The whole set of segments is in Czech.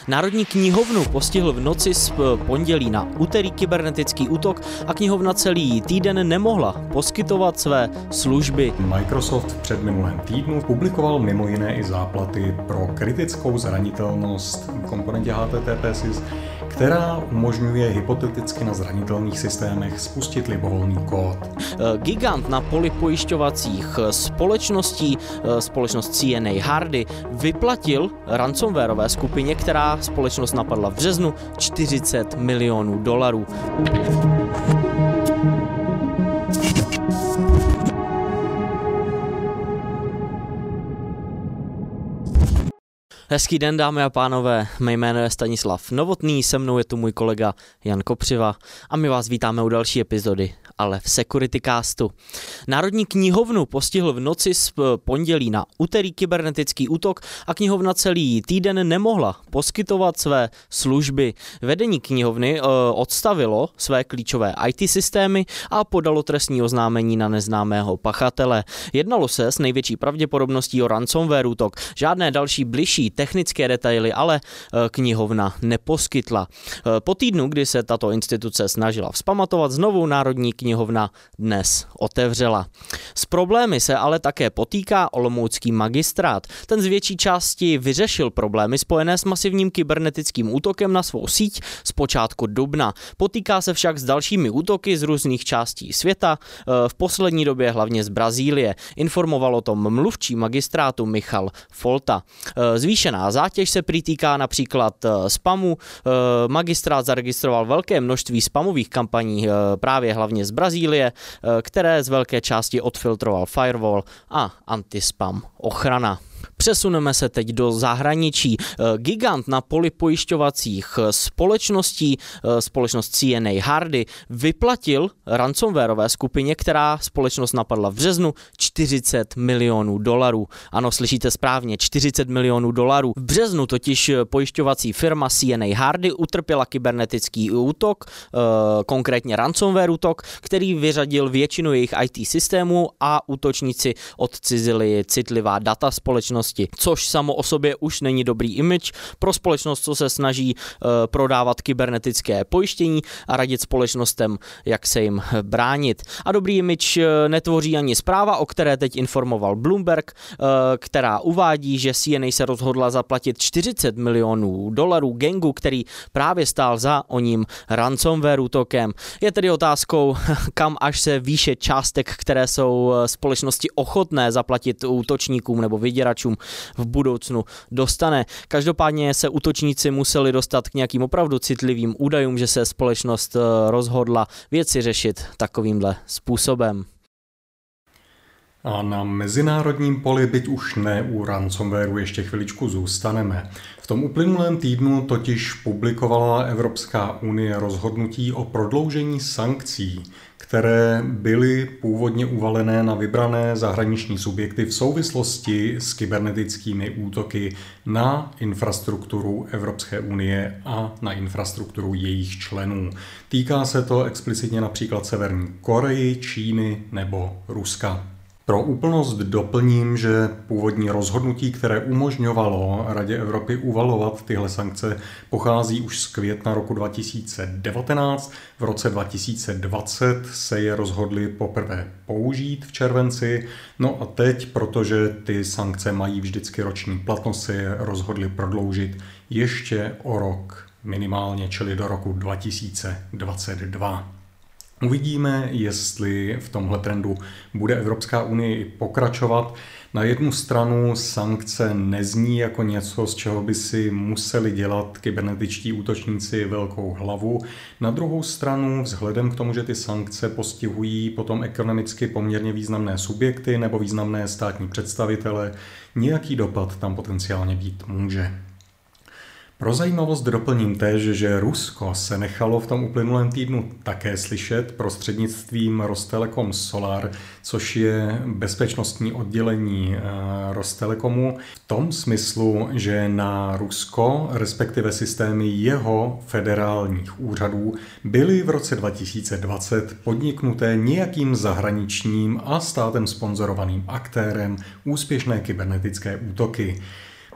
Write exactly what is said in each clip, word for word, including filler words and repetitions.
Národní knihovnu postihl v noci z pondělí na úterý kybernetický útok a knihovna celý týden nemohla poskytovat své služby. Microsoft v předminulém týdnu publikoval mimo jiné i záplaty pro kritickou zranitelnost v komponentě H T T P S I S, která umožňuje hypoteticky na zranitelných systémech spustit libovolný kód. Gigant na poli pojišťovacích společností, společnost C N A Hardy, vyplatil ransomwareové skupině, která společnost napadla v březnu, čtyřicet milionů dolarů. Hezký den, dámy a pánové, mé jméno je Stanislav Novotný, se mnou je tu můj kolega Jan Kopřiva a my vás vítáme u další epizody, ale v SecurityCastu. Národní knihovnu postihl v noci z pondělí na úterý kybernetický útok a knihovna celý týden nemohla poskytovat své služby. Vedení knihovny e, odstavilo své klíčové I T systémy a podalo trestní oznámení na neznámého pachatele. Jednalo se s největší pravděpodobností o ransomware útok. Žádné další bližší technické detaily ale knihovna neposkytla. Po týdnu, kdy se tato instituce snažila vzpamatovat, znovu Národní knihovna dnes otevřela. S problémy se ale také potýká olomoucký magistrát. Ten z větší části vyřešil problémy spojené s masivním kybernetickým útokem na svou síť z počátku dubna. Potýká se však s dalšími útoky z různých částí světa, v poslední době hlavně z Brazílie. Informoval o tom mluvčí magistrátu Michal Folta. Zvýšená zátěž se přitýká například spamu. Magistrát zaregistroval velké množství spamových kampaní právě hlavně z Brazílie, které z velké části odfiltroval firewall a antispam ochrana. Přesuneme se teď do zahraničí. Gigant na poli pojišťovacích společností, společnost C N A Hardy, vyplatil ransomwareové skupině, která společnost napadla v březnu, čtyřicet milionů dolarů. Ano, slyšíte správně, čtyřicet milionů dolarů. V březnu totiž pojišťovací firma C N A Hardy utrpěla kybernetický útok, konkrétně ransomware útok, který vyřadil většinu jejich I T systémů a útočníci odcizili citlivá data společnosti, což samo o sobě už není dobrý image pro společnost, co se snaží uh, prodávat kybernetické pojištění a radit společnostem, jak se jim bránit. A dobrý image uh, netvoří ani zpráva, o které teď informoval Bloomberg, uh, která uvádí, že C N A se rozhodla zaplatit čtyřicet milionů dolarů gangu, který právě stál za oním ransomware útokem. Je tedy otázkou, kam až se výše částek, které jsou společnosti ochotné zaplatit útočníkům nebo vyděračům, v budoucnu dostane. Každopádně se útočníci museli dostat k nějakým opravdu citlivým údajům, že se společnost rozhodla věci řešit takovýmhle způsobem. A na mezinárodním poli, byť už ne u ransomwareu, ještě chviličku zůstaneme. V tom uplynulém týdnu totiž publikovala Evropská unie rozhodnutí o prodloužení sankcí, které byly původně uvalené na vybrané zahraniční subjekty v souvislosti s kybernetickými útoky na infrastrukturu Evropské unie a na infrastrukturu jejich členů. Týká se to explicitně například Severní Koreji, Číny nebo Ruska. Pro úplnost doplním, že původní rozhodnutí, které umožňovalo Radě Evropy uvalovat tyhle sankce, pochází už z května roku dva tisíce devatenáct. V roce dva tisíce dvacet se je rozhodli poprvé použít v červenci. No a teď, protože ty sankce mají vždycky roční platnost, se je rozhodli prodloužit ještě o rok minimálně, čili do roku dva tisíce dvacet dva. Uvidíme, jestli v tomhle trendu bude Evropská unie i pokračovat. Na jednu stranu sankce nezní jako něco, z čeho by si museli dělat kybernetičtí útočníci velkou hlavu. Na druhou stranu, vzhledem k tomu, že ty sankce postihují potom ekonomicky poměrně významné subjekty nebo významné státní představitele, nějaký dopad tam potenciálně být může. Pro zajímavost doplním též, že Rusko se nechalo v tom uplynulém týdnu také slyšet prostřednictvím Rostelekom Solar, což je bezpečnostní oddělení Rostelekomu, v tom smyslu, že na Rusko, respektive systémy jeho federálních úřadů, byly v roce dva tisíce dvacet podniknuté nějakým zahraničním a státem sponzorovaným aktérem úspěšné kybernetické útoky.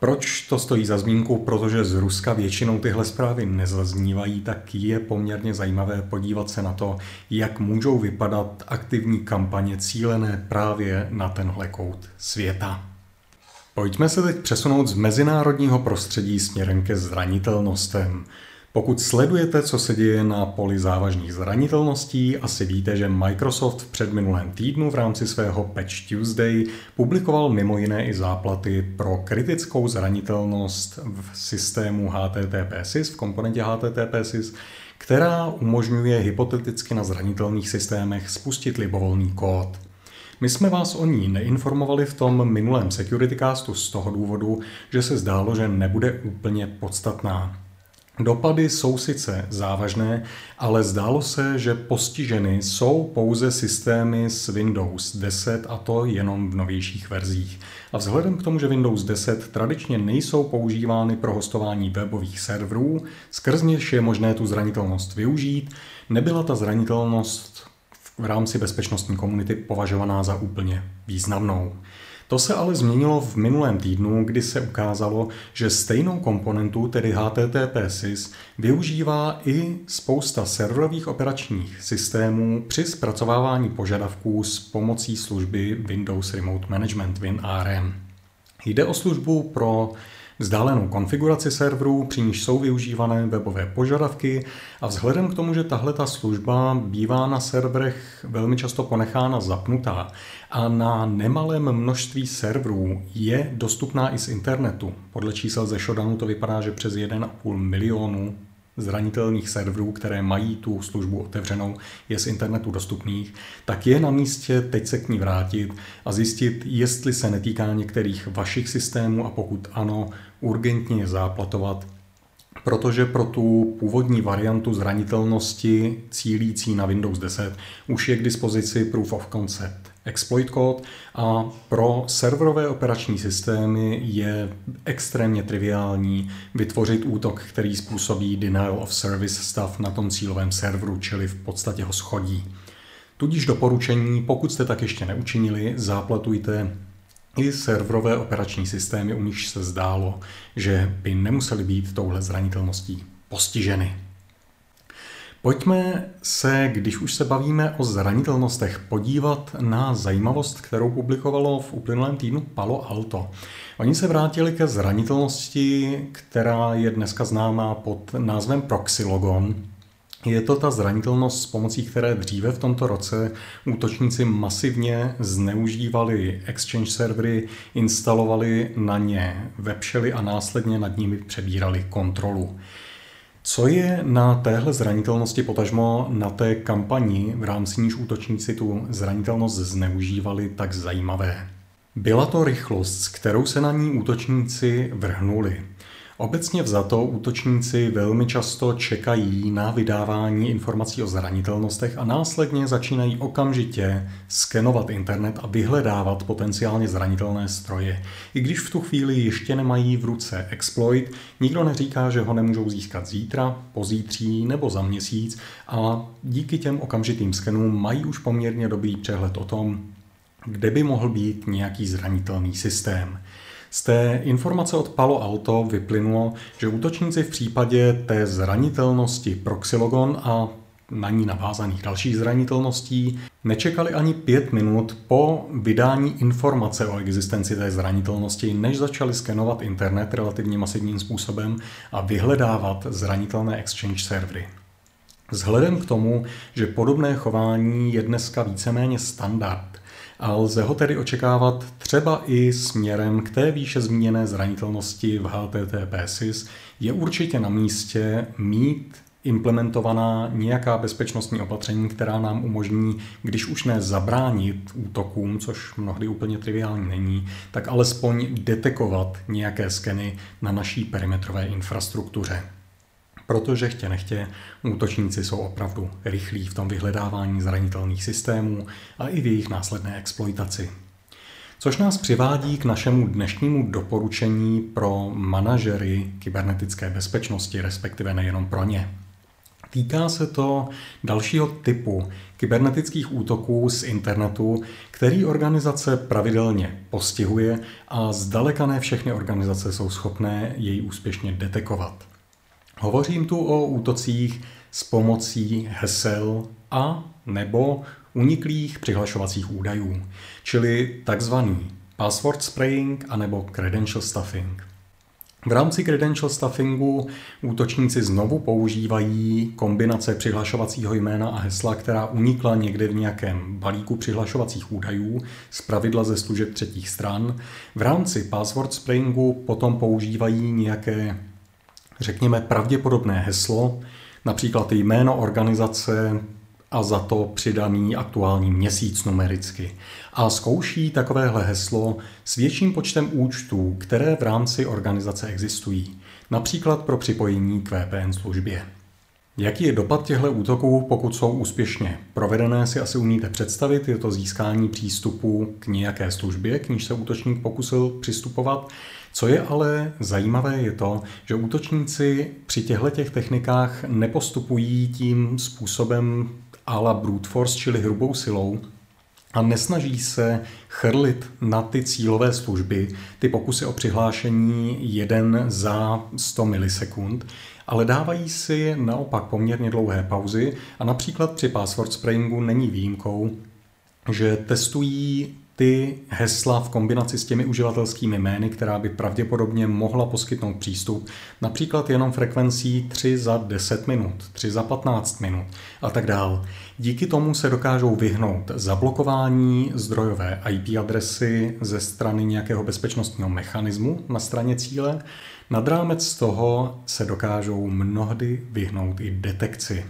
Proč to stojí za zmínku? Protože z Ruska většinou tyhle zprávy nezaznívají, tak je poměrně zajímavé podívat se na to, jak můžou vypadat aktivní kampaně cílené právě na tenhle kout světa. Pojďme se teď přesunout z mezinárodního prostředí směrem ke zranitelnostem. Pokud sledujete, co se děje na poli závažných zranitelností, asi víte, že Microsoft v předminulém týdnu v rámci svého Patch Tuesday publikoval mimo jiné i záplaty pro kritickou zranitelnost v systému H T T P S I S, v komponentě H T T P S I S, která umožňuje hypoteticky na zranitelných systémech spustit libovolný kód. My jsme vás o ní neinformovali v tom minulém SecurityCastu z toho důvodu, že se zdálo, že nebude úplně podstatná. Dopady jsou sice závažné, ale zdálo se, že postiženy jsou pouze systémy s Windows deset, a to jenom v novějších verzích. A vzhledem k tomu, že Windows deset tradičně nejsou používány pro hostování webových serverů, skrz něž je možné tu zranitelnost využít, nebyla ta zranitelnost v rámci bezpečnostní komunity považovaná za úplně významnou. To se ale změnilo v minulém týdnu, kdy se ukázalo, že stejnou komponentu, tedy H T T P S I S, využívá i spousta serverových operačních systémů při zpracovávání požadavků s pomocí služby Windows Remote Management Win R M. Jde o službu pro vzdálenou konfiguraci serverů, při níž jsou využívané webové požadavky, a vzhledem k tomu, že tahleta služba bývá na serverech velmi často ponechána zapnutá a na nemalém množství serverů je dostupná i z internetu. Podle čísel ze Shodanu to vypadá, že přes jeden a půl milionu zranitelných serverů, které mají tu službu otevřenou, je z internetu dostupných, tak je na místě teď se k ní vrátit a zjistit, jestli se netýká některých vašich systémů, a pokud ano, urgentně je záplatovat, protože pro tu původní variantu zranitelnosti cílící na Windows deset už je k dispozici Proof of Concept exploit code a pro serverové operační systémy je extrémně triviální vytvořit útok, který způsobí denial of service stav na tom cílovém serveru, čili v podstatě ho schodí. Tudíž doporučení, pokud jste tak ještě neučinili, záplatujte i serverové operační systémy, u nichž se zdálo, že by nemusely být touhle zranitelností postiženy. Pojďme se, když už se bavíme o zranitelnostech, podívat na zajímavost, kterou publikovalo v uplynulém týdnu Palo Alto. Oni se vrátili ke zranitelnosti, která je dneska známá pod názvem Proxylogon. Je to ta zranitelnost, s pomocí které dříve v tomto roce útočníci masivně zneužívali Exchange servery, instalovali na ně webshely a následně nad nimi přebírali kontrolu. Co je na téhle zranitelnosti, potažmo na té kampani, v rámci níž útočníci tu zranitelnost zneužívali, tak zajímavé? Byla to rychlost, s kterou se na ní útočníci vrhnuli. Obecně vzato útočníci velmi často čekají na vydávání informací o zranitelnostech a následně začínají okamžitě skenovat internet a vyhledávat potenciálně zranitelné stroje. I když v tu chvíli ještě nemají v ruce exploit, nikdo neříká, že ho nemůžou získat zítra, pozítří nebo za měsíc, a díky těm okamžitým skenům mají už poměrně dobrý přehled o tom, kde by mohl být nějaký zranitelný systém. Z té informace od Palo Alto vyplynulo, že útočníci v případě té zranitelnosti Proxylogon a na ní navázaných dalších zranitelností nečekali ani pět minut po vydání informace o existenci té zranitelnosti, než začali skenovat internet relativně masivním způsobem a vyhledávat zranitelné Exchange servery. Vzhledem k tomu, že podobné chování je dneska víceméně standard, a lze ho tedy očekávat třeba i směrem k té výše zmíněné zranitelnosti v H T T P S I S, je určitě na místě mít implementovaná nějaká bezpečnostní opatření, která nám umožní, když už ne zabránit útokům, což mnohdy úplně triviální není, tak alespoň detekovat nějaké skeny na naší perimetrové infrastruktuře. Protože chtě nechtě, útočníci jsou opravdu rychlí v tom vyhledávání zranitelných systémů a i v jejich následné exploitaci. Což nás přivádí k našemu dnešnímu doporučení pro manažery kybernetické bezpečnosti, respektive nejenom pro ně. Týká se to dalšího typu kybernetických útoků z internetu, který organizace pravidelně postihuje a zdaleka ne všechny organizace jsou schopné jej úspěšně detekovat. Hovořím tu o útocích s pomocí hesel a nebo uniklých přihlašovacích údajů, čili takzvaný password spraying anebo credential stuffing. V rámci credential stuffingu útočníci znovu používají kombinace přihlašovacího jména a hesla, která unikla někde v nějakém balíku přihlašovacích údajů, zpravidla ze služeb třetích stran. V rámci password sprayingu potom používají nějaké, řekněme, pravděpodobné heslo, například jméno organizace a za to přidaný aktuální měsíc numericky. A zkouší takovéhle heslo s větším počtem účtů, které v rámci organizace existují, například pro připojení k V P N službě. Jaký je dopad těchto útoků, pokud jsou úspěšně provedené, si asi umíte představit. Je to získání přístupu k nějaké službě, k níž se útočník pokusil přistupovat. Co je ale zajímavé, je to, že útočníci při těchto technikách nepostupují tím způsobem a la brute force, čili hrubou silou, a nesnaží se chrlit na ty cílové služby, ty pokusy o přihlášení jeden za sto milisekund, ale dávají si naopak poměrně dlouhé pauzy a například při password sprayingu není výjimkou, že testují ty hesla v kombinaci s těmi uživatelskými jmény, která by pravděpodobně mohla poskytnout přístup, například jenom frekvencí tři za deset minut, tři za patnáct minut a tak dál. Díky tomu se dokážou vyhnout zablokování zdrojové I P adresy ze strany nějakého bezpečnostního mechanismu na straně cíle. Nad rámec toho se dokážou mnohdy vyhnout i detekci.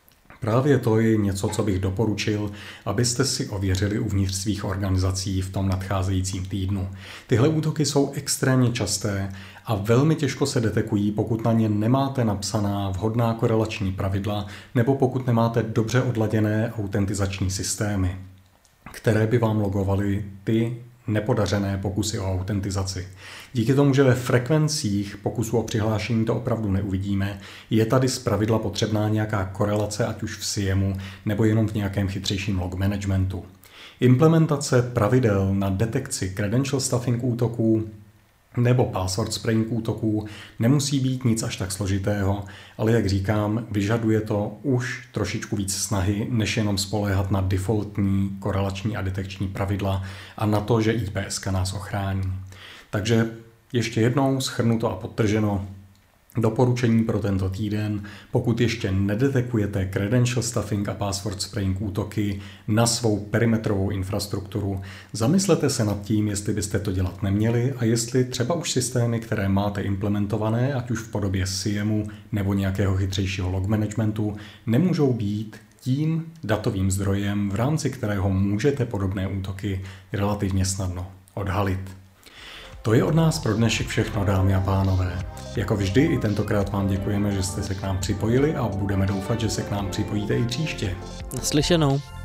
Právě to je něco, co bych doporučil, abyste si ověřili uvnitř svých organizací v tom nadcházejícím týdnu. Tyhle útoky jsou extrémně časté a velmi těžko se detekují, pokud na ně nemáte napsaná vhodná korelační pravidla nebo pokud nemáte dobře odladěné autentizační systémy, které by vám logovaly ty nepodařené pokusy o autentizaci. Díky tomu, že ve frekvencích pokusů o přihlášení to opravdu neuvidíme, je tady zpravidla potřebná nějaká korelace, ať už v S I E M u nebo jenom v nějakém chytřejším log managementu. Implementace pravidel na detekci credential stuffing útoků nebo password spraying útoků nemusí být nic až tak složitého, ale jak říkám, vyžaduje to už trošičku víc snahy, než jenom spoléhat na defaultní korelační a detekční pravidla a na to, že I P S ka nás ochrání. Takže ještě jednou shrnuto a podtrženo, doporučení pro tento týden: pokud ještě nedetekujete credential stuffing a password spraying útoky na svou perimetrovou infrastrukturu, zamyslete se nad tím, jestli byste to dělat neměli a jestli třeba už systémy, které máte implementované, ať už v podobě S I E M u nebo nějakého chytřejšího log managementu, nemůžou být tím datovým zdrojem, v rámci kterého můžete podobné útoky relativně snadno odhalit. To je od nás pro dnešek všechno, dámy a pánové. Jako vždy i tentokrát vám děkujeme, že jste se k nám připojili a budeme doufat, že se k nám připojíte i příště. Naslyšenou.